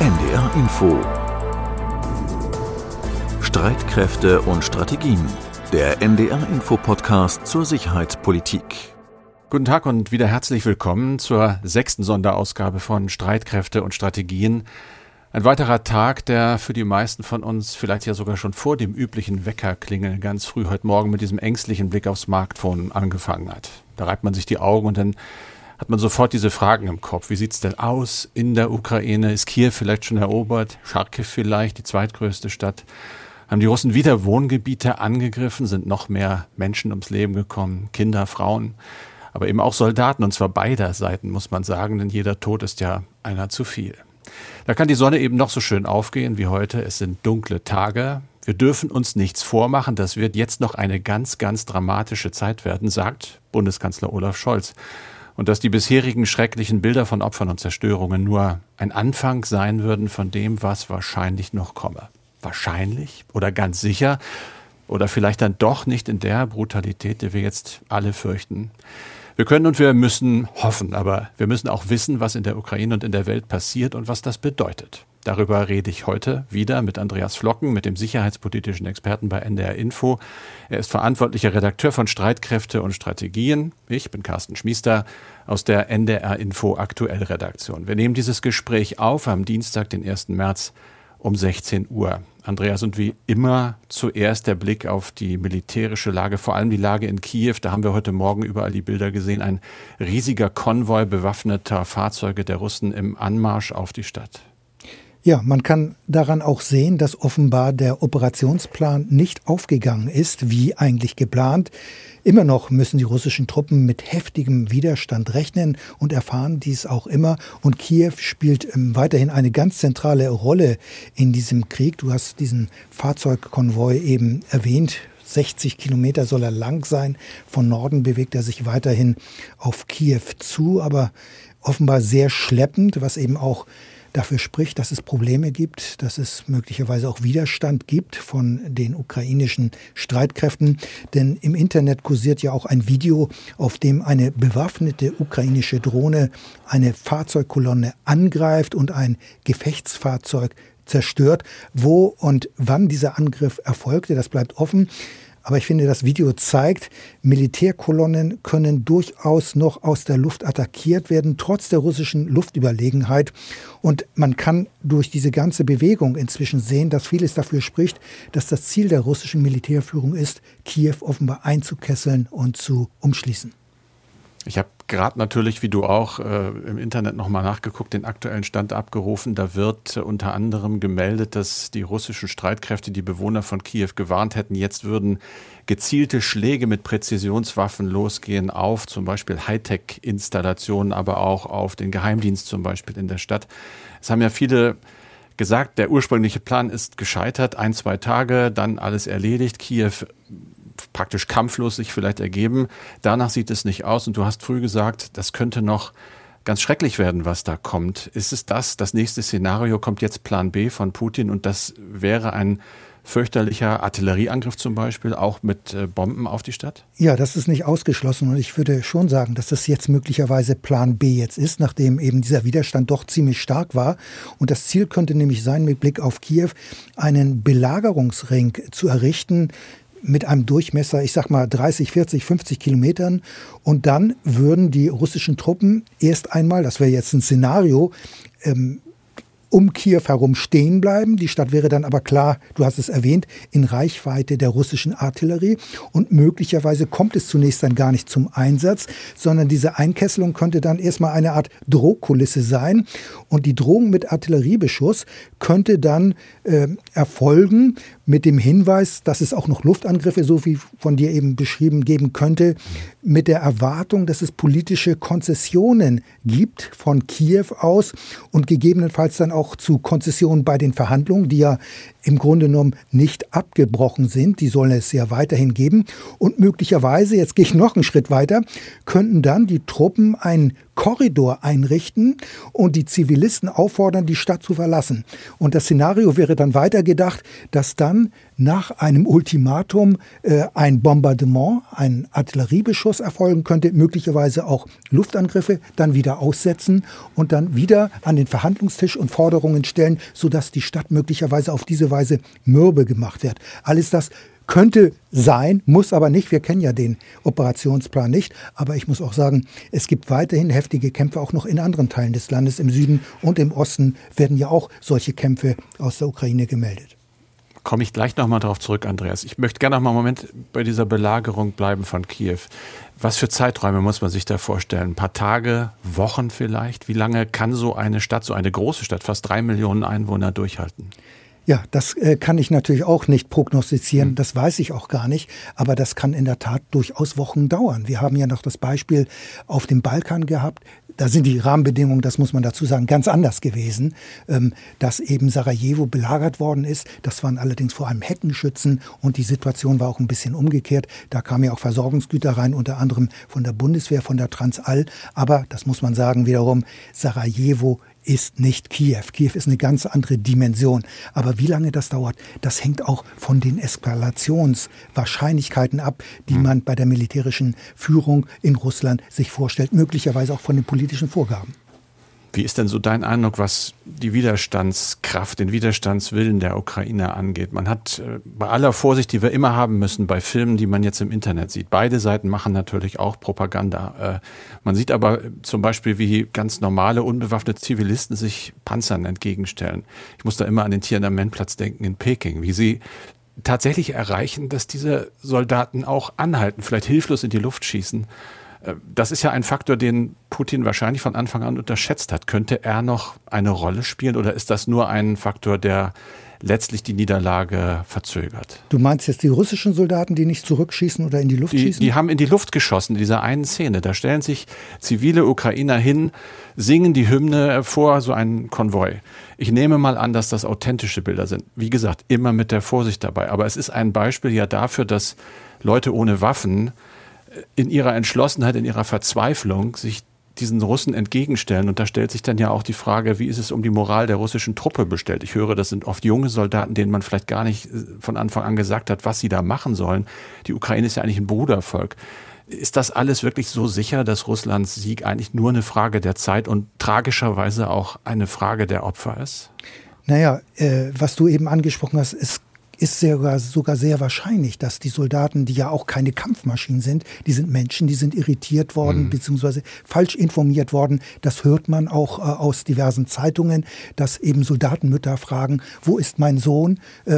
NDR Info. Streitkräfte und Strategien. Der NDR Info Podcast zur Sicherheitspolitik. Guten Tag und wieder herzlich willkommen zur 6. Sonderausgabe von Streitkräfte und Strategien. Ein weiterer Tag, der für die meisten von uns vielleicht ja sogar schon vor dem üblichen Weckerklingeln ganz früh heute Morgen mit diesem ängstlichen Blick aufs Smartphone angefangen hat. Da reibt man sich die Augen und dann hat man sofort diese Fragen im Kopf. Wie sieht's denn aus in der Ukraine? Ist Kiew vielleicht schon erobert? Charkiw vielleicht, die zweitgrößte Stadt? Haben die Russen wieder Wohngebiete angegriffen? Sind noch mehr Menschen ums Leben gekommen? Kinder, Frauen, aber eben auch Soldaten, und zwar beider Seiten, muss man sagen, denn jeder Tod ist ja einer zu viel. Da kann die Sonne eben noch so schön aufgehen wie heute. Es sind dunkle Tage. Wir dürfen uns nichts vormachen. Das wird jetzt noch eine ganz, ganz dramatische Zeit werden, sagt Bundeskanzler Olaf Scholz. Und dass die bisherigen schrecklichen Bilder von Opfern und Zerstörungen nur ein Anfang sein würden von dem, was wahrscheinlich noch komme. Wahrscheinlich oder ganz sicher oder vielleicht dann doch nicht in der Brutalität, die wir jetzt alle fürchten. Wir können und wir müssen hoffen, aber wir müssen auch wissen, was in der Ukraine und in der Welt passiert und was das bedeutet. Darüber rede ich heute wieder mit Andreas Flocken, mit dem sicherheitspolitischen Experten bei NDR Info. Er ist verantwortlicher Redakteur von Streitkräfte und Strategien. Ich bin Carsten Schmiester aus der NDR Info Aktuell Redaktion. Wir nehmen dieses Gespräch auf am Dienstag, den 1. März um 16 Uhr. Andreas, und wie immer zuerst der Blick auf die militärische Lage, vor allem die Lage in Kiew. Da haben wir heute Morgen überall die Bilder gesehen. Ein riesiger Konvoi bewaffneter Fahrzeuge der Russen im Anmarsch auf die Stadt. Ja, man kann daran auch sehen, dass offenbar der Operationsplan nicht aufgegangen ist, wie eigentlich geplant. Immer noch müssen die russischen Truppen mit heftigem Widerstand rechnen und erfahren dies auch immer. Und Kiew spielt weiterhin eine ganz zentrale Rolle in diesem Krieg. Du hast diesen Fahrzeugkonvoi eben erwähnt. 60 Kilometer soll er lang sein. Von Norden bewegt er sich weiterhin auf Kiew zu, aber offenbar sehr schleppend, was eben auch dafür spricht, dass es Probleme gibt, dass es möglicherweise auch Widerstand gibt von den ukrainischen Streitkräften. Denn im Internet kursiert ja auch ein Video, auf dem eine bewaffnete ukrainische Drohne eine Fahrzeugkolonne angreift und ein Gefechtsfahrzeug zerstört. Wo und wann dieser Angriff erfolgte, das bleibt offen. Aber ich finde, das Video zeigt, Militärkolonnen können durchaus noch aus der Luft attackiert werden, trotz der russischen Luftüberlegenheit. Und man kann durch diese ganze Bewegung inzwischen sehen, dass vieles dafür spricht, dass das Ziel der russischen Militärführung ist, Kiew offenbar einzukesseln und zu umschließen. Ich habe gerade natürlich, wie du auch, im Internet nochmal nachgeguckt, den aktuellen Stand abgerufen. Da wird unter anderem gemeldet, dass die russischen Streitkräfte die Bewohner von Kiew gewarnt hätten, jetzt würden gezielte Schläge mit Präzisionswaffen losgehen auf zum Beispiel Hightech-Installationen, aber auch auf den Geheimdienst zum Beispiel in der Stadt. Es haben ja viele gesagt, der ursprüngliche Plan ist gescheitert, 1-2 Tage, dann alles erledigt, Kiew praktisch kampflos sich vielleicht ergeben. Danach sieht es nicht aus. Und du hast früh gesagt, das könnte noch ganz schrecklich werden, was da kommt. Ist es das nächste Szenario? Kommt jetzt Plan B von Putin und das wäre ein fürchterlicher Artillerieangriff zum Beispiel, auch mit Bomben auf die Stadt? Ja, das ist nicht ausgeschlossen und ich würde schon sagen, dass das jetzt möglicherweise Plan B jetzt ist, nachdem eben dieser Widerstand doch ziemlich stark war. Und das Ziel könnte nämlich sein, mit Blick auf Kiew einen Belagerungsring zu errichten, mit einem Durchmesser, ich sag mal 30, 40, 50 Kilometern. Und dann würden die russischen Truppen erst einmal, das wäre jetzt ein Szenario, um Kiew herum stehen bleiben. Die Stadt wäre dann aber klar, du hast es erwähnt, in Reichweite der russischen Artillerie. Und möglicherweise kommt es zunächst dann gar nicht zum Einsatz, sondern diese Einkesselung könnte dann erstmal eine Art Drohkulisse sein. Und die Drohung mit Artilleriebeschuss könnte dann erfolgen mit dem Hinweis, dass es auch noch Luftangriffe, so wie von dir eben beschrieben, geben könnte, mit der Erwartung, dass es politische Konzessionen gibt von Kiew aus und gegebenenfalls dann auch zu Konzessionen bei den Verhandlungen, die ja im Grunde genommen nicht abgebrochen sind. Die sollen es ja weiterhin geben. Und möglicherweise, jetzt gehe ich noch einen Schritt weiter, könnten dann die Truppen einen Korridor einrichten und die Zivilisten auffordern, die Stadt zu verlassen. Und das Szenario wäre dann weitergedacht, dass dann nach einem Ultimatum ein Bombardement, ein Artilleriebeschuss erfolgen könnte, möglicherweise auch Luftangriffe, dann wieder aussetzen und dann wieder an den Verhandlungstisch und Forderungen stellen, sodass die Stadt möglicherweise auf diese Weise mürbe gemacht wird. Alles das könnte sein, muss aber nicht. Wir kennen ja den Operationsplan nicht. Aber ich muss auch sagen, es gibt weiterhin heftige Kämpfe auch noch in anderen Teilen des Landes. Im Süden und im Osten werden ja auch solche Kämpfe aus der Ukraine gemeldet. Komme ich gleich nochmal darauf zurück, Andreas. Ich möchte gerne noch mal einen Moment bei dieser Belagerung bleiben von Kiew. Was für Zeiträume muss man sich da vorstellen? Ein paar Tage, Wochen vielleicht? Wie lange kann so eine Stadt, so eine große Stadt, fast 3 Millionen Einwohner durchhalten? Ja, das kann ich natürlich auch nicht prognostizieren, das weiß ich auch gar nicht, aber das kann in der Tat durchaus Wochen dauern. Wir haben ja noch das Beispiel auf dem Balkan gehabt, da sind die Rahmenbedingungen, das muss man dazu sagen, ganz anders gewesen, dass eben Sarajevo belagert worden ist. Das waren allerdings vor allem Heckenschützen und die Situation war auch ein bisschen umgekehrt. Da kamen ja auch Versorgungsgüter rein, unter anderem von der Bundeswehr, von der Transall, aber das muss man sagen wiederum, Sarajevo ist nicht Kiew. Kiew ist eine ganz andere Dimension. Aber wie lange das dauert, das hängt auch von den Eskalationswahrscheinlichkeiten ab, die man bei der militärischen Führung in Russland sich vorstellt, möglicherweise auch von den politischen Vorgaben. Wie ist denn so dein Eindruck, was die Widerstandskraft, den Widerstandswillen der Ukrainer angeht? Man hat bei aller Vorsicht, die wir immer haben müssen, bei Filmen, die man jetzt im Internet sieht, beide Seiten machen natürlich auch Propaganda. Man sieht aber zum Beispiel, wie ganz normale, unbewaffnete Zivilisten sich Panzern entgegenstellen. Ich muss da immer an den Tiananmen-Platz denken in Peking, wie sie tatsächlich erreichen, dass diese Soldaten auch anhalten, vielleicht hilflos in die Luft schießen. Das ist ja ein Faktor, den Putin wahrscheinlich von Anfang an unterschätzt hat. Könnte er noch eine Rolle spielen oder ist das nur ein Faktor, der letztlich die Niederlage verzögert? Du meinst jetzt die russischen Soldaten, die nicht zurückschießen oder in die Luft schießen? Die haben in die Luft geschossen in dieser einen Szene. Da stellen sich zivile Ukrainer hin, singen die Hymne vor so einen Konvoi. Ich nehme mal an, dass das authentische Bilder sind. Wie gesagt, immer mit der Vorsicht dabei. Aber es ist ein Beispiel ja dafür, dass Leute ohne Waffen in ihrer Entschlossenheit, in ihrer Verzweiflung sich diesen Russen entgegenstellen. Und da stellt sich dann ja auch die Frage, wie ist es um die Moral der russischen Truppe bestellt? Ich höre, das sind oft junge Soldaten, denen man vielleicht gar nicht von Anfang an gesagt hat, was sie da machen sollen. Die Ukraine ist ja eigentlich ein Brudervolk. Ist das alles wirklich so sicher, dass Russlands Sieg eigentlich nur eine Frage der Zeit und tragischerweise auch eine Frage der Opfer ist? Naja, was du eben angesprochen hast, ist sogar sehr wahrscheinlich, dass die Soldaten, die ja auch keine Kampfmaschinen sind, die sind Menschen, die sind irritiert worden, beziehungsweise falsch informiert worden. Das hört man auch aus diversen Zeitungen, dass eben Soldatenmütter fragen, wo ist mein Sohn?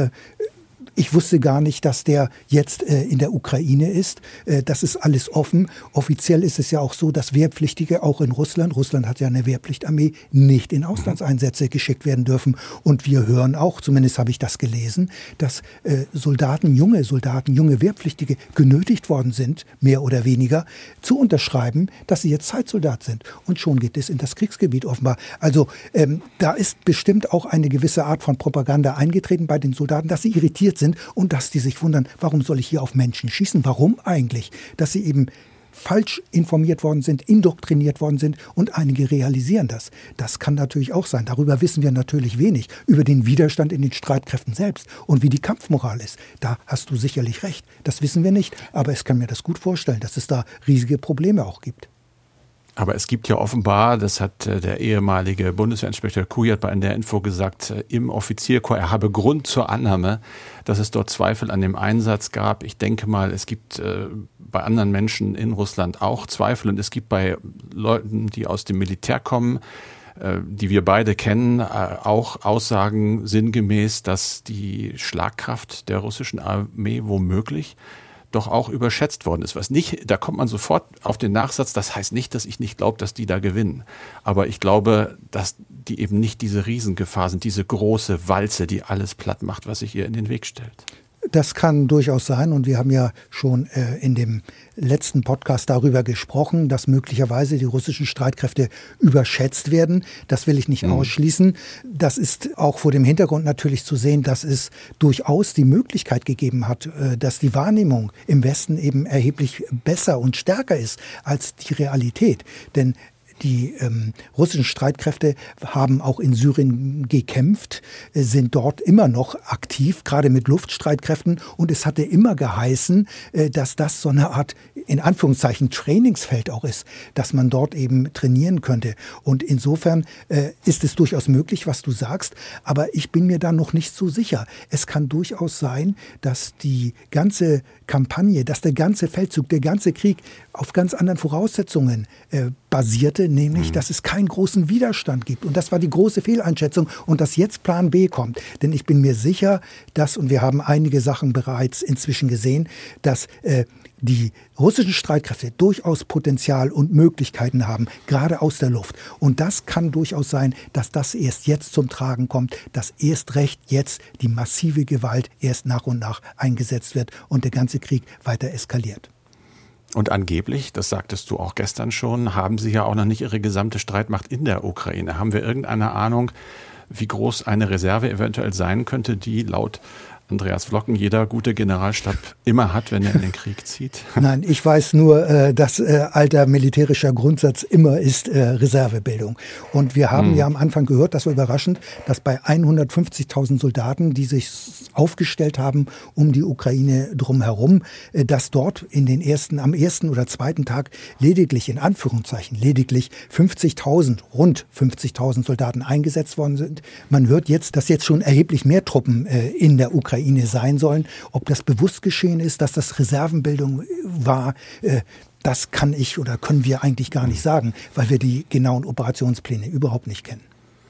Ich wusste gar nicht, dass der jetzt in der Ukraine ist. Das ist alles offen. Offiziell ist es ja auch so, dass Wehrpflichtige auch in Russland hat ja eine Wehrpflichtarmee, nicht in Auslandseinsätze geschickt werden dürfen. Und wir hören auch, zumindest habe ich das gelesen, dass junge Wehrpflichtige genötigt worden sind, mehr oder weniger, zu unterschreiben, dass sie jetzt Zeitsoldat sind. Und schon geht es in das Kriegsgebiet offenbar. Also da ist bestimmt auch eine gewisse Art von Propaganda eingetreten bei den Soldaten, dass sie irritiert sind und dass die sich wundern, warum soll ich hier auf Menschen schießen? Warum eigentlich? Dass sie eben falsch informiert worden sind, indoktriniert worden sind und einige realisieren das. Das kann natürlich auch sein. Darüber wissen wir natürlich wenig. Über den Widerstand in den Streitkräften selbst und wie die Kampfmoral ist. Da hast du sicherlich recht. Das wissen wir nicht. Aber ich kann mir das gut vorstellen, dass es da riesige Probleme auch gibt. Aber es gibt ja offenbar, das hat der ehemalige Bundeswehrinspektor Kujat bei NDR Info gesagt, im Offizierkorps, er habe Grund zur Annahme, dass es dort Zweifel an dem Einsatz gab. Ich denke mal, es gibt bei anderen Menschen in Russland auch Zweifel und es gibt bei Leuten, die aus dem Militär kommen, die wir beide kennen, auch Aussagen sinngemäß, dass die Schlagkraft der russischen Armee womöglich doch auch überschätzt worden ist. Was nicht, da kommt man sofort auf den Nachsatz, das heißt nicht, dass ich nicht glaube, dass die da gewinnen. Aber ich glaube, dass die eben nicht diese Riesengefahr sind, diese große Walze, die alles platt macht, was sich ihr in den Weg stellt. Das kann durchaus sein und wir haben ja schon in dem letzten Podcast darüber gesprochen, dass möglicherweise die russischen Streitkräfte überschätzt werden. Das will ich nicht ausschließen. Das ist auch vor dem Hintergrund natürlich zu sehen, dass es durchaus die Möglichkeit gegeben hat, dass die Wahrnehmung im Westen eben erheblich besser und stärker ist als die Realität. Denn Die russischen Streitkräfte haben auch in Syrien gekämpft, sind dort immer noch aktiv, gerade mit Luftstreitkräften. Und es hatte immer geheißen, dass das so eine Art, in Anführungszeichen, Trainingsfeld auch ist, dass man dort eben trainieren könnte. Und insofern ist es durchaus möglich, was du sagst. Aber ich bin mir da noch nicht so sicher. Es kann durchaus sein, dass die ganze Kampagne, dass der ganze Feldzug, der ganze Krieg auf ganz anderen Voraussetzungen basierte, nämlich, dass es keinen großen Widerstand gibt. Und das war die große Fehleinschätzung und dass jetzt Plan B kommt. Denn ich bin mir sicher, dass, und wir haben einige Sachen bereits inzwischen gesehen, dass die russischen Streitkräfte durchaus Potenzial und Möglichkeiten haben, gerade aus der Luft. Und das kann durchaus sein, dass das erst jetzt zum Tragen kommt, dass erst recht jetzt die massive Gewalt erst nach und nach eingesetzt wird und der ganze Krieg weiter eskaliert. Und angeblich, das sagtest du auch gestern schon, haben sie ja auch noch nicht ihre gesamte Streitmacht in der Ukraine. Haben wir irgendeine Ahnung, wie groß eine Reserve eventuell sein könnte, die laut Andreas Vlocken jeder gute Generalstab immer hat, wenn er in den Krieg zieht? Nein, ich weiß nur, dass alter militärischer Grundsatz immer ist Reservebildung. Und wir haben ja am Anfang gehört, das war überraschend, dass bei 150.000 Soldaten, die sich aufgestellt haben um die Ukraine drumherum, dass dort am ersten oder zweiten Tag lediglich, in Anführungszeichen, lediglich 50.000, rund 50.000 Soldaten eingesetzt worden sind. Man hört jetzt, dass jetzt schon erheblich mehr Truppen in der Ukraine sein sollen. Ob das bewusst geschehen ist, dass das Reservenbildung war, das können wir eigentlich gar nicht sagen, weil wir die genauen Operationspläne überhaupt nicht kennen.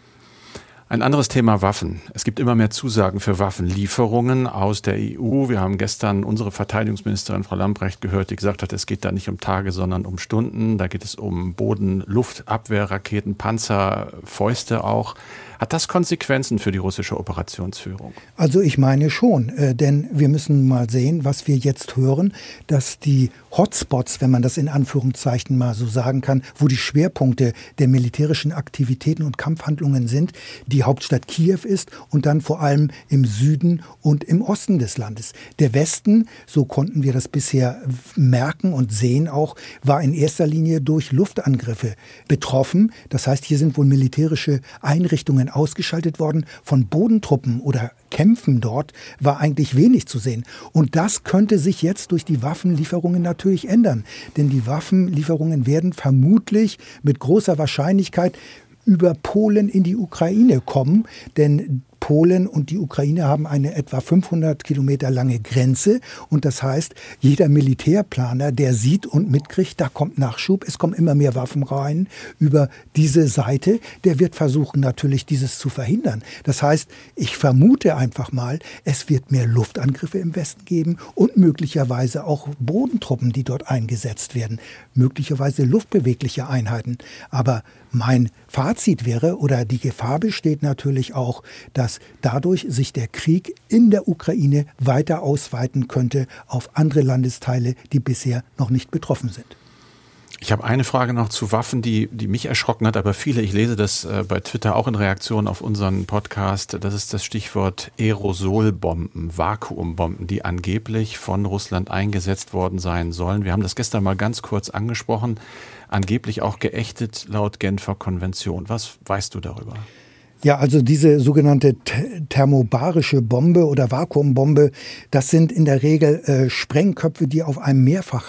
Ein anderes Thema: Waffen. Es gibt immer mehr Zusagen für Waffenlieferungen aus der EU. Wir haben gestern unsere Verteidigungsministerin Frau Lambrecht gehört, die gesagt hat, es geht da nicht um Tage, sondern um Stunden. Da geht es um Boden-Luftabwehrraketen, Panzer, Fäuste auch. Hat das Konsequenzen für die russische Operationsführung? Also ich meine schon, denn wir müssen mal sehen, was wir jetzt hören, dass die Hotspots, wenn man das in Anführungszeichen mal so sagen kann, wo die Schwerpunkte der militärischen Aktivitäten und Kampfhandlungen sind, die Hauptstadt Kiew ist und dann vor allem im Süden und im Osten des Landes. Der Westen, so konnten wir das bisher merken und sehen auch, war in erster Linie durch Luftangriffe betroffen. Das heißt, hier sind wohl militärische Einrichtungen ausgeschaltet worden. Von Bodentruppen oder Kämpfen dort war eigentlich wenig zu sehen. Und das könnte sich jetzt durch die Waffenlieferungen natürlich ändern. Denn die Waffenlieferungen werden vermutlich mit großer Wahrscheinlichkeit über Polen in die Ukraine kommen. Denn Polen und die Ukraine haben eine etwa 500 Kilometer lange Grenze. Und das heißt, jeder Militärplaner, der sieht und mitkriegt, da kommt Nachschub, es kommen immer mehr Waffen rein über diese Seite, der wird versuchen natürlich dieses zu verhindern. Das heißt, ich vermute einfach mal, es wird mehr Luftangriffe im Westen geben und möglicherweise auch Bodentruppen, die dort eingesetzt werden. Möglicherweise luftbewegliche Einheiten. Aber mein Fazit wäre, oder die Gefahr besteht natürlich auch, dass dadurch sich der Krieg in der Ukraine weiter ausweiten könnte auf andere Landesteile, die bisher noch nicht betroffen sind. Ich habe eine Frage noch zu Waffen, die mich erschrocken hat, aber viele, ich lese das bei Twitter auch in Reaktion auf unseren Podcast, das ist das Stichwort Aerosolbomben, Vakuumbomben, die angeblich von Russland eingesetzt worden sein sollen. Wir haben das gestern mal ganz kurz angesprochen, angeblich auch geächtet laut Genfer Konvention. Was weißt du darüber? Ja, also diese sogenannte thermobarische Bombe oder Vakuumbombe, das sind in der Regel Sprengköpfe, die auf einem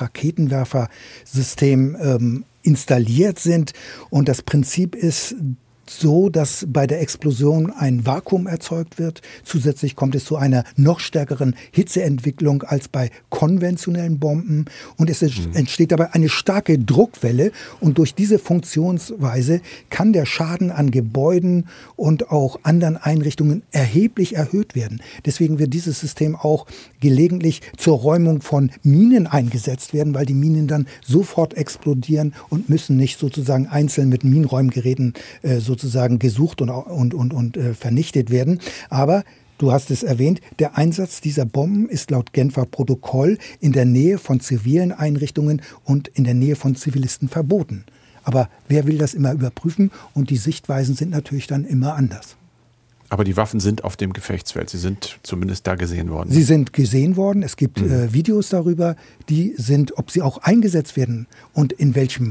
Mehrfachraketenwerfersystem installiert sind. Und das Prinzip ist so, dass bei der Explosion ein Vakuum erzeugt wird. Zusätzlich kommt es zu einer noch stärkeren Hitzeentwicklung als bei konventionellen Bomben. Und es entsteht dabei eine starke Druckwelle. Und durch diese Funktionsweise kann der Schaden an Gebäuden und auch anderen Einrichtungen erheblich erhöht werden. Deswegen wird dieses System auch gelegentlich zur Räumung von Minen eingesetzt werden, weil die Minen dann sofort explodieren und müssen nicht sozusagen einzeln mit Minenräumgeräten sozusagen gesucht und vernichtet werden. Aber du hast es erwähnt, der Einsatz dieser Bomben ist laut Genfer Protokoll in der Nähe von zivilen Einrichtungen und in der Nähe von Zivilisten verboten. Aber wer will das immer überprüfen? Und die Sichtweisen sind natürlich dann immer anders. Aber die Waffen sind auf dem Gefechtsfeld. Sie sind zumindest da gesehen worden. Sie sind gesehen worden. Es gibt Videos darüber, die sind, ob sie auch eingesetzt werden und in welchem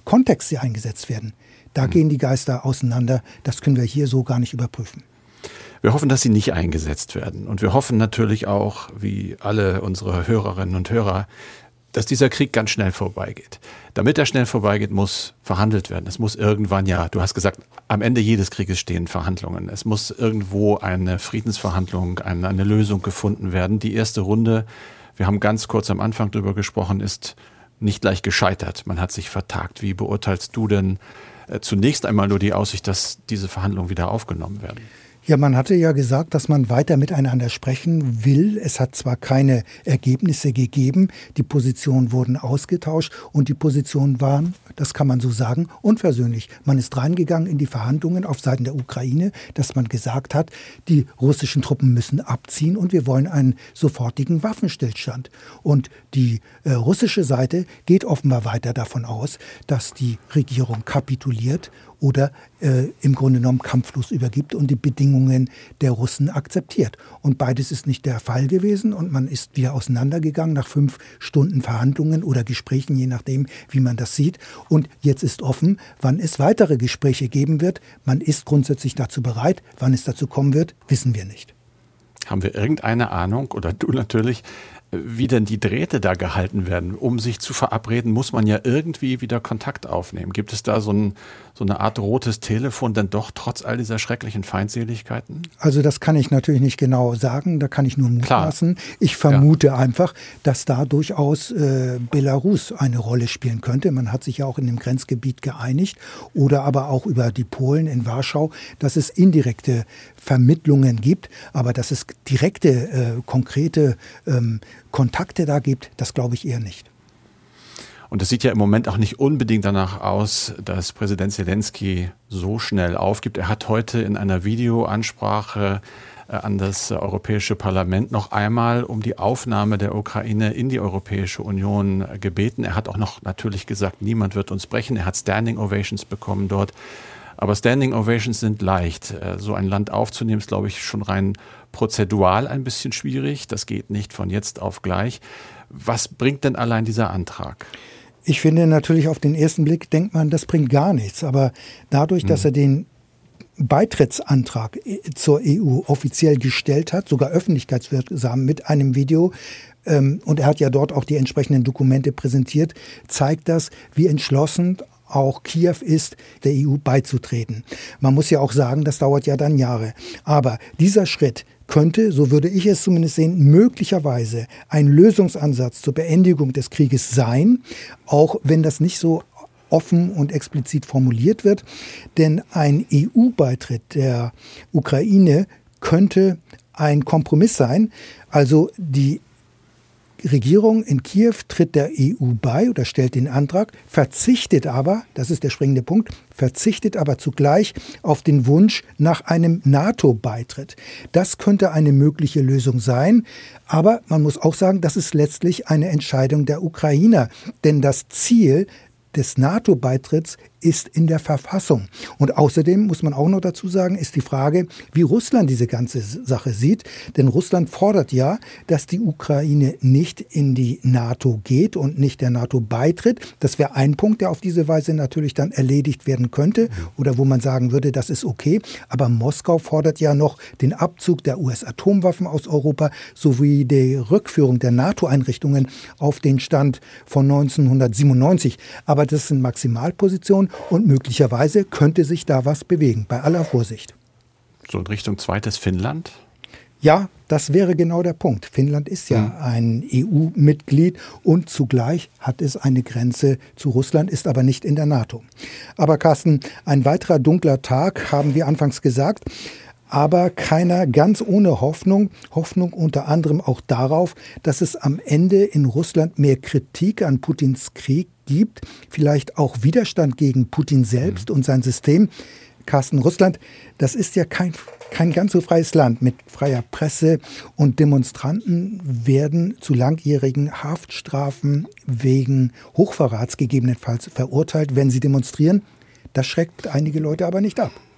Kontext sie eingesetzt werden, da gehen die Geister auseinander. Das können wir hier so gar nicht überprüfen. Wir hoffen, dass sie nicht eingesetzt werden. Und wir hoffen natürlich auch, wie alle unsere Hörerinnen und Hörer, dass dieser Krieg ganz schnell vorbeigeht. Damit er schnell vorbeigeht, muss verhandelt werden. Es muss irgendwann, ja, du hast gesagt, am Ende jedes Krieges stehen Verhandlungen. Es muss irgendwo eine Friedensverhandlung, eine Lösung gefunden werden. Die erste Runde, wir haben ganz kurz am Anfang drüber gesprochen, ist nicht gleich gescheitert. Man hat sich vertagt. Wie beurteilst du denn zunächst einmal nur die Aussicht, dass diese Verhandlungen wieder aufgenommen werden? Ja, man hatte ja gesagt, dass man weiter miteinander sprechen will. Es hat zwar keine Ergebnisse gegeben, die Positionen wurden ausgetauscht und die Positionen waren, das kann man so sagen, unversöhnlich. Man ist reingegangen in die Verhandlungen auf Seiten der Ukraine, dass man gesagt hat, die russischen Truppen müssen abziehen und wir wollen einen sofortigen Waffenstillstand. Und die russische Seite geht offenbar weiter davon aus, dass die Regierung kapituliert oder im Grunde genommen kampflos übergibt und die Bedingungen der Russen akzeptiert. Und beides ist nicht der Fall gewesen und man ist wieder auseinandergegangen nach 5 Stunden Verhandlungen oder Gesprächen, je nachdem, wie man das sieht. Und jetzt ist offen, wann es weitere Gespräche geben wird. Man ist grundsätzlich dazu bereit. Wann es dazu kommen wird, wissen wir nicht. Haben wir irgendeine Ahnung, oder du natürlich, wie denn die Drähte da gehalten werden? Um sich zu verabreden, muss man ja irgendwie wieder Kontakt aufnehmen. Gibt es da so eine Art rotes Telefon denn doch trotz all dieser schrecklichen Feindseligkeiten? Also das kann ich natürlich nicht genau sagen, da kann ich nur mutmaßen. Ich vermute einfach, dass da durchaus Belarus eine Rolle spielen könnte. Man hat sich ja auch in dem Grenzgebiet geeinigt oder aber auch über die Polen in Warschau, dass es indirekte Vermittlungen gibt, aber dass es direkte, konkrete Kontakte da gibt, das glaube ich eher nicht. Und es sieht ja im Moment auch nicht unbedingt danach aus, dass Präsident Zelensky so schnell aufgibt. Er hat heute in einer Videoansprache an das Europäische Parlament noch einmal um die Aufnahme der Ukraine in die Europäische Union gebeten. Er hat auch noch natürlich gesagt, niemand wird uns brechen. Er hat Standing Ovations bekommen dort. Aber Standing Ovations sind leicht. So ein Land aufzunehmen ist, glaube ich, schon rein prozedural ein bisschen schwierig. Das geht nicht von jetzt auf gleich. Was bringt denn allein dieser Antrag? Ich finde natürlich, auf den ersten Blick denkt man, das bringt gar nichts. Aber dadurch, dass er den Beitrittsantrag zur EU offiziell gestellt hat, sogar öffentlichkeitswirksam mit einem Video, und er hat ja dort auch die entsprechenden Dokumente präsentiert, zeigt das, wie entschlossen auch Kiew ist, der EU beizutreten. Man muss ja auch sagen, das dauert ja dann Jahre. Aber dieser Schritt könnte, so würde ich es zumindest sehen, möglicherweise ein Lösungsansatz zur Beendigung des Krieges sein, auch wenn das nicht so offen und explizit formuliert wird. Denn ein EU-Beitritt der Ukraine könnte ein Kompromiss sein. Also die Regierung in Kiew tritt der EU bei oder stellt den Antrag, verzichtet aber, das ist der springende Punkt, verzichtet aber zugleich auf den Wunsch nach einem NATO-Beitritt. Das könnte eine mögliche Lösung sein, aber man muss auch sagen, das ist letztlich eine Entscheidung der Ukrainer, denn das Ziel des NATO-Beitritts ist in der Verfassung. Und außerdem muss man auch noch dazu sagen, ist die Frage, wie Russland diese ganze Sache sieht. Denn Russland fordert ja, dass die Ukraine nicht in die NATO geht und nicht der NATO beitritt. Das wäre ein Punkt, der auf diese Weise natürlich dann erledigt werden könnte oder wo man sagen würde, das ist okay. Aber Moskau fordert ja noch den Abzug der US-Atomwaffen aus Europa sowie die Rückführung der NATO-Einrichtungen auf den Stand von 1997. Aber das sind Maximalpositionen. Und möglicherweise könnte sich da was bewegen, bei aller Vorsicht. So in Richtung zweites Finnland? Ja, das wäre genau der Punkt. Finnland ist ja ein EU-Mitglied und zugleich hat es eine Grenze zu Russland, ist aber nicht in der NATO. Aber Carsten, ein weiterer dunkler Tag, haben wir anfangs gesagt. Aber keiner ganz ohne Hoffnung. Hoffnung unter anderem auch darauf, dass es am Ende in Russland mehr Kritik an Putins Krieg gibt, vielleicht auch Widerstand gegen Putin selbst und sein System. Carsten, Russland, das ist ja kein ganz so freies Land mit freier Presse und Demonstranten werden zu langjährigen Haftstrafen wegen Hochverrats gegebenenfalls verurteilt, wenn sie demonstrieren. Das schreckt einige Leute aber nicht ab.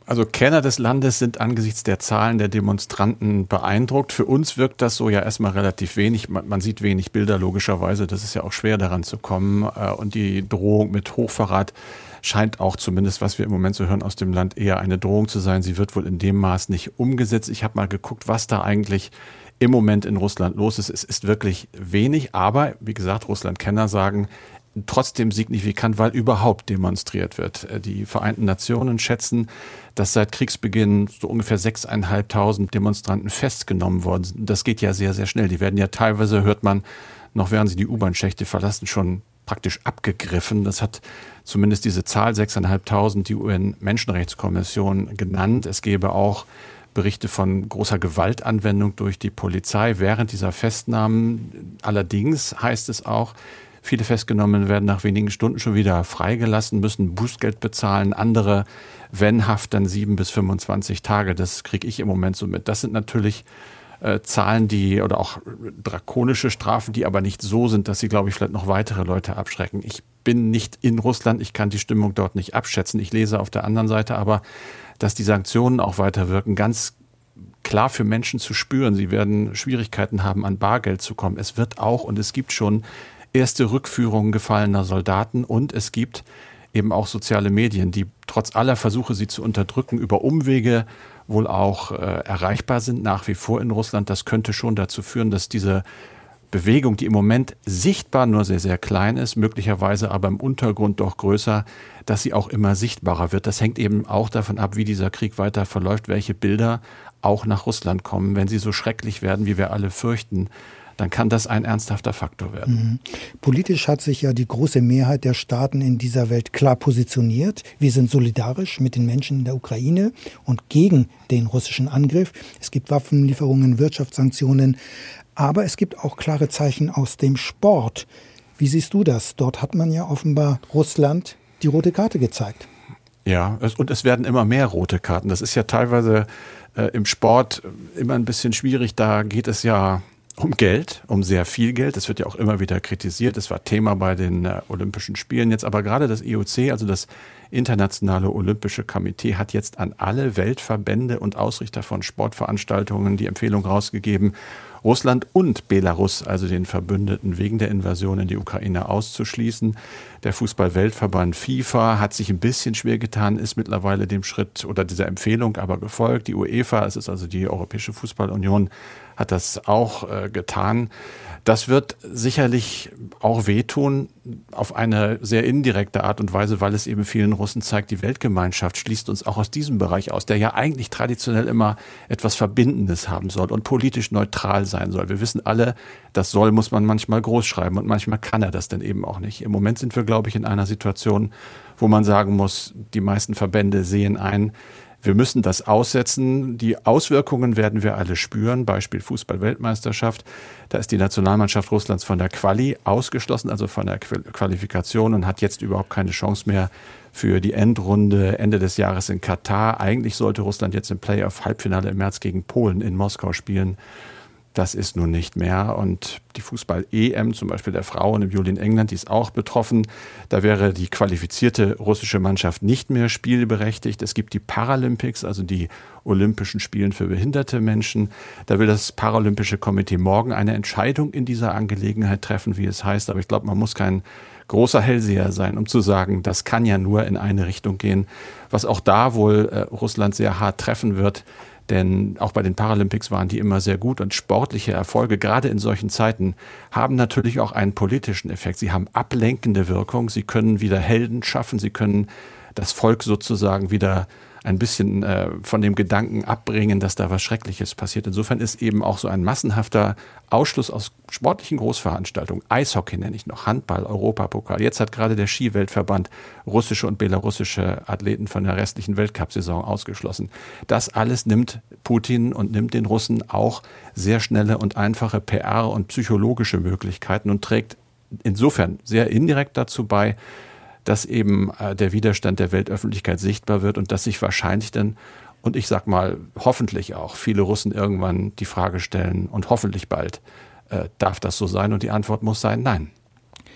Also Kenner des Landes sind angesichts der Zahlen der Demonstranten beeindruckt. Für uns wirkt das so ja erstmal relativ wenig. Man sieht wenig Bilder logischerweise. Das ist ja auch schwer daran zu kommen. Und die Drohung mit Hochverrat scheint auch zumindest, was wir im Moment so hören aus dem Land, eher eine Drohung zu sein. Sie wird wohl in dem Maß nicht umgesetzt. Ich habe mal geguckt, was da eigentlich im Moment in Russland los ist. Es ist wirklich wenig. Aber wie gesagt, Russland-Kenner sagen, trotzdem signifikant, weil überhaupt demonstriert wird. Die Vereinten Nationen schätzen, dass seit Kriegsbeginn so ungefähr 6.500 Demonstranten festgenommen worden sind. Das geht ja sehr, sehr schnell. Die werden ja teilweise, hört man, noch während sie die U-Bahn-Schächte verlassen, schon praktisch abgegriffen. Das hat zumindest diese Zahl 6.500 die UN-Menschenrechtskommission genannt. Es gäbe auch Berichte von großer Gewaltanwendung durch die Polizei während dieser Festnahmen. Allerdings heißt es auch, viele Festgenommene werden nach wenigen Stunden schon wieder freigelassen, müssen Bußgeld bezahlen. Andere, wenn Haft, dann 7 bis 25 Tage. Das kriege ich im Moment so mit. Das sind natürlich Zahlen, oder auch drakonische Strafen, die aber nicht so sind, dass sie, glaube ich, vielleicht noch weitere Leute abschrecken. Ich bin nicht in Russland, ich kann die Stimmung dort nicht abschätzen. Ich lese auf der anderen Seite aber, dass die Sanktionen auch weiter wirken, ganz klar für Menschen zu spüren. Sie werden Schwierigkeiten haben, an Bargeld zu kommen. Es wird auch und es gibt schon erste Rückführungen gefallener Soldaten und es gibt eben auch soziale Medien, die trotz aller Versuche, sie zu unterdrücken, über Umwege wohl auch erreichbar sind, nach wie vor in Russland. Das könnte schon dazu führen, dass diese Bewegung, die im Moment sichtbar nur sehr, sehr klein ist, möglicherweise aber im Untergrund doch größer, dass sie auch immer sichtbarer wird. Das hängt eben auch davon ab, wie dieser Krieg weiter verläuft, welche Bilder auch nach Russland kommen. Wenn sie so schrecklich werden, wie wir alle fürchten, dann kann das ein ernsthafter Faktor werden. Politisch hat sich ja die große Mehrheit der Staaten in dieser Welt klar positioniert. Wir sind solidarisch mit den Menschen in der Ukraine und gegen den russischen Angriff. Es gibt Waffenlieferungen, Wirtschaftssanktionen, aber es gibt auch klare Zeichen aus dem Sport. Wie siehst du das? Dort hat man ja offenbar Russland die rote Karte gezeigt. Ja, und es werden immer mehr rote Karten. Das ist ja teilweise im Sport immer ein bisschen schwierig. Da geht es ja um Geld, um sehr viel Geld. Das wird ja auch immer wieder kritisiert. Es war Thema bei den Olympischen Spielen jetzt. Aber gerade das IOC, also das Internationale Olympische Komitee, hat jetzt an alle Weltverbände und Ausrichter von Sportveranstaltungen die Empfehlung rausgegeben, Russland und Belarus, also den Verbündeten, wegen der Invasion in die Ukraine auszuschließen. Der Fußball-Weltverband FIFA hat sich ein bisschen schwer getan, ist mittlerweile dem Schritt oder dieser Empfehlung aber gefolgt. Die UEFA, es ist also die Europäische Fußballunion, hat das auch getan. Das wird sicherlich auch wehtun auf eine sehr indirekte Art und Weise, weil es eben vielen Russen zeigt, die Weltgemeinschaft schließt uns auch aus diesem Bereich aus, der ja eigentlich traditionell immer etwas Verbindendes haben soll und politisch neutral sein soll. Wir wissen alle, das soll muss man manchmal groß schreiben und manchmal kann er das dann eben auch nicht. Im Moment sind wir, glaube ich, in einer Situation, wo man sagen muss, die meisten Verbände sehen ein, wir müssen das aussetzen. Die Auswirkungen werden wir alle spüren. Beispiel Fußball-Weltmeisterschaft. Da ist die Nationalmannschaft Russlands von der Quali ausgeschlossen, also von der Qualifikation und hat jetzt überhaupt keine Chance mehr für die Endrunde Ende des Jahres in Katar. Eigentlich sollte Russland jetzt im Playoff-Halbfinale im März gegen Polen in Moskau spielen. Das ist nun nicht mehr. Und die Fußball-EM, zum Beispiel der Frauen im Juli in England, die ist auch betroffen. Da wäre die qualifizierte russische Mannschaft nicht mehr spielberechtigt. Es gibt die Paralympics, also die Olympischen Spielen für behinderte Menschen. Da will das Paralympische Komitee morgen eine Entscheidung in dieser Angelegenheit treffen, wie es heißt. Aber ich glaube, man muss kein großer Hellseher sein, um zu sagen, das kann ja nur in eine Richtung gehen. Was auch da wohl Russland sehr hart treffen wird. Denn auch bei den Paralympics waren die immer sehr gut und sportliche Erfolge, gerade in solchen Zeiten, haben natürlich auch einen politischen Effekt. Sie haben ablenkende Wirkung, sie können wieder Helden schaffen, sie können das Volk sozusagen wieder ein bisschen von dem Gedanken abbringen, dass da was Schreckliches passiert. Insofern ist eben auch so ein massenhafter Ausschluss aus sportlichen Großveranstaltungen, Eishockey nenne ich noch, Handball, Europapokal. Jetzt hat gerade der Skiweltverband russische und belarussische Athleten von der restlichen Weltcup-Saison ausgeschlossen. Das alles nimmt Putin und nimmt den Russen auch sehr schnelle und einfache PR und psychologische Möglichkeiten und trägt insofern sehr indirekt dazu bei, dass eben der Widerstand der Weltöffentlichkeit sichtbar wird und dass sich wahrscheinlich dann, und ich sag mal hoffentlich auch, viele Russen irgendwann die Frage stellen und hoffentlich bald, darf das so sein? Und die Antwort muss sein, nein.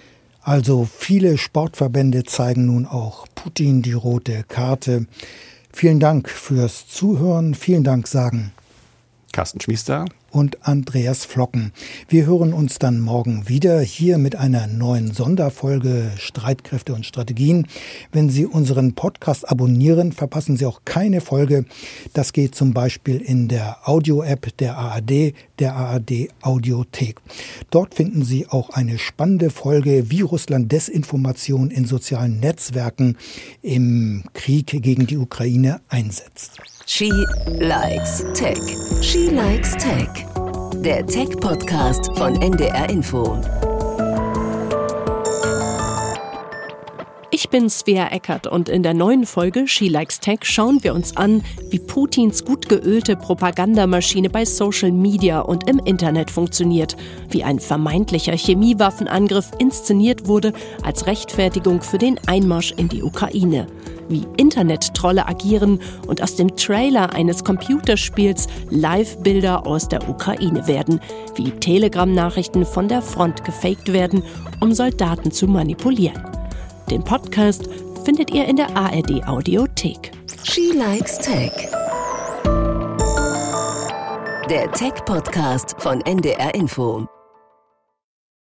Also viele Sportverbände zeigen nun auch Putin die rote Karte. Vielen Dank fürs Zuhören. Vielen Dank sagen Carsten Schmiester und Andreas Flocken. Wir hören uns dann morgen wieder hier mit einer neuen Sonderfolge Streitkräfte und Strategien. Wenn Sie unseren Podcast abonnieren, verpassen Sie auch keine Folge. Das geht zum Beispiel in der Audio-App der ARD Audiothek. Dort finden Sie auch eine spannende Folge, wie Russland Desinformation in sozialen Netzwerken im Krieg gegen die Ukraine einsetzt. She Likes Tech. She Likes Tech. Der Tech-Podcast von NDR Info. Ich bin Svea Eckert und in der neuen Folge She Likes Tech schauen wir uns an, wie Putins gut geölte Propagandamaschine bei Social Media und im Internet funktioniert, wie ein vermeintlicher Chemiewaffenangriff inszeniert wurde als Rechtfertigung für den Einmarsch in die Ukraine, wie Internettrolle agieren und aus dem Trailer eines Computerspiels Live-Bilder aus der Ukraine werden, wie Telegram-Nachrichten von der Front gefaked werden, um Soldaten zu manipulieren. Den Podcast findet ihr in der ARD Audiothek. She Likes Tech. Der Tech-Podcast von NDR Info.